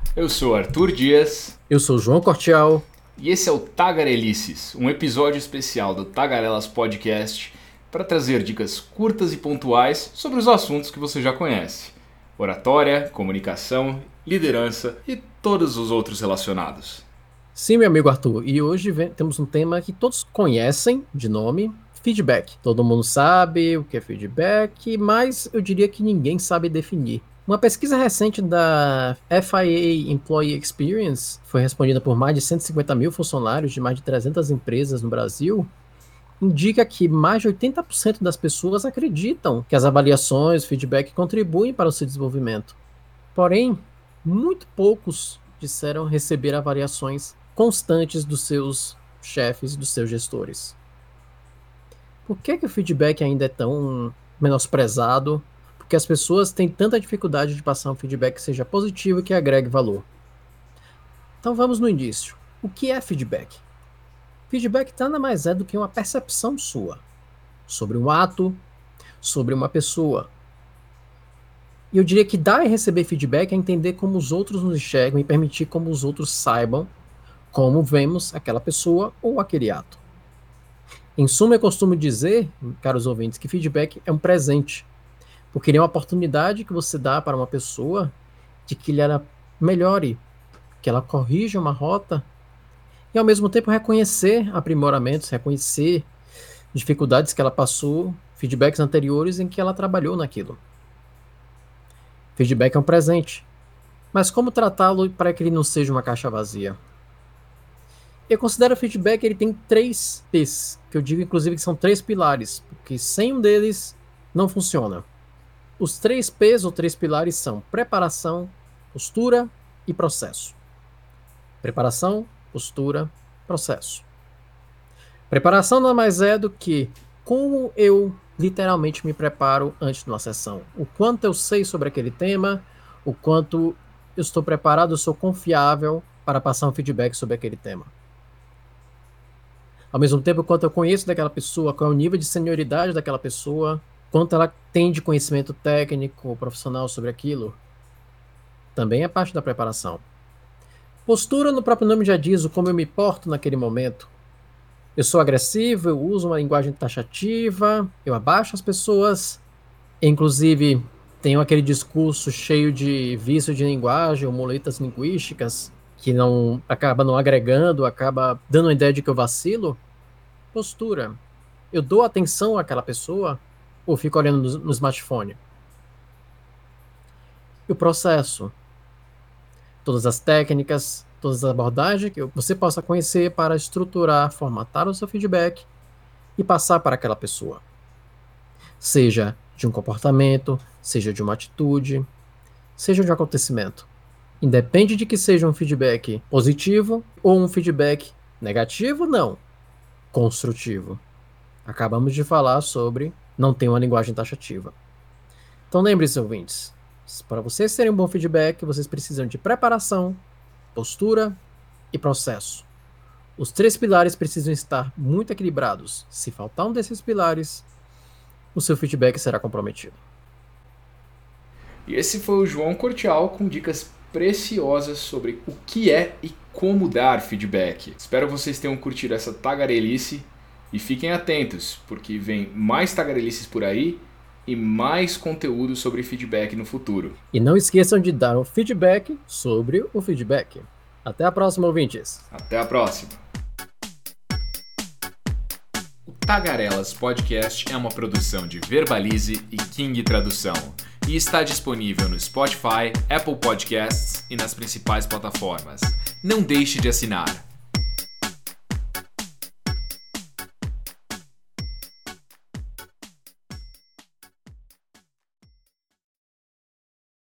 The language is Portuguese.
Eu sou Arthur Dias. Eu sou João Cortial. E esse é o Tagarelices, um episódio especial do Tagarelas Podcast para trazer dicas curtas e pontuais sobre os assuntos que você já conhece. Oratória, comunicação, liderança e todos os outros relacionados. Sim, meu amigo Arthur, e hoje temos um tema que todos conhecem de nome, feedback. Todo mundo sabe o que é feedback, mas eu diria que ninguém sabe definir. Uma pesquisa recente da FIA Employee Experience foi respondida por mais de 150 mil funcionários de mais de 300 empresas no Brasil, indica que mais de 80% das pessoas acreditam que as avaliações, feedback contribuem para o seu desenvolvimento. Porém, muito poucos disseram receber avaliações constantes dos seus chefes, dos seus gestores. Por que o feedback ainda é tão menosprezado? Porque as pessoas têm tanta dificuldade de passar um feedback que seja positivo e que agregue valor. Então vamos no início. O que é feedback? Feedback nada mais é do que uma percepção sua sobre um ato, sobre uma pessoa. E eu diria que dar e receber feedback é entender como os outros nos enxergam e permitir como os outros saibam como vemos aquela pessoa ou aquele ato. Em suma, eu costumo dizer, caros ouvintes, que feedback é um presente, porque ele é uma oportunidade que você dá para uma pessoa de que ela melhore, que ela corrija uma rota e, ao mesmo tempo, reconhecer aprimoramentos, reconhecer dificuldades que ela passou, feedbacks anteriores em que ela trabalhou naquilo. Feedback é um presente, mas como tratá-lo para que ele não seja uma caixa vazia? Eu considero o feedback, ele tem 3 P's, que eu digo inclusive que são 3 pilares, porque sem um deles não funciona. Os 3 P's ou 3 pilares são preparação, postura e processo. Preparação, postura, processo. Preparação nada mais é do que como eu literalmente me preparo antes de uma sessão. O quanto eu sei sobre aquele tema, o quanto eu estou preparado, eu sou confiável para passar um feedback sobre aquele tema. Ao mesmo tempo, quanto eu conheço daquela pessoa, qual é o nível de senioridade daquela pessoa, quanto ela tem de conhecimento técnico ou profissional sobre aquilo, também é parte da preparação. Postura, no próprio nome já diz, o como eu me porto naquele momento. Eu sou agressivo, eu uso uma linguagem taxativa, eu abaixo as pessoas, inclusive tenho aquele discurso cheio de vício de linguagem ou muletas linguísticas, que acaba não agregando, acaba dando a ideia de que eu vacilo. Postura. Eu dou atenção àquela pessoa ou fico olhando no smartphone? E o processo. Todas as técnicas, todas as abordagens que você possa conhecer para estruturar, formatar o seu feedback e passar para aquela pessoa. Seja de um comportamento, seja de uma atitude, seja de um acontecimento. Independe de que seja um feedback positivo ou um feedback negativo, não. Construtivo. Acabamos de falar sobre não ter uma linguagem taxativa. Então lembre-se, ouvintes, para vocês terem um bom feedback, vocês precisam de preparação, postura e processo. Os 3 pilares precisam estar muito equilibrados. Se faltar um desses pilares, o seu feedback será comprometido. E esse foi o João Cortial com dicas preciosas sobre o que é e como dar feedback. Espero que vocês tenham curtido essa tagarelice e fiquem atentos, porque vem mais tagarelices por aí e mais conteúdo sobre feedback no futuro. E não esqueçam de dar um feedback sobre o feedback. Até a próxima, ouvintes. Até a próxima. O Tagarelas Podcast é uma produção de Verbalize e King Tradução e está disponível no Spotify, Apple Podcasts e nas principais plataformas. Não deixe de assinar.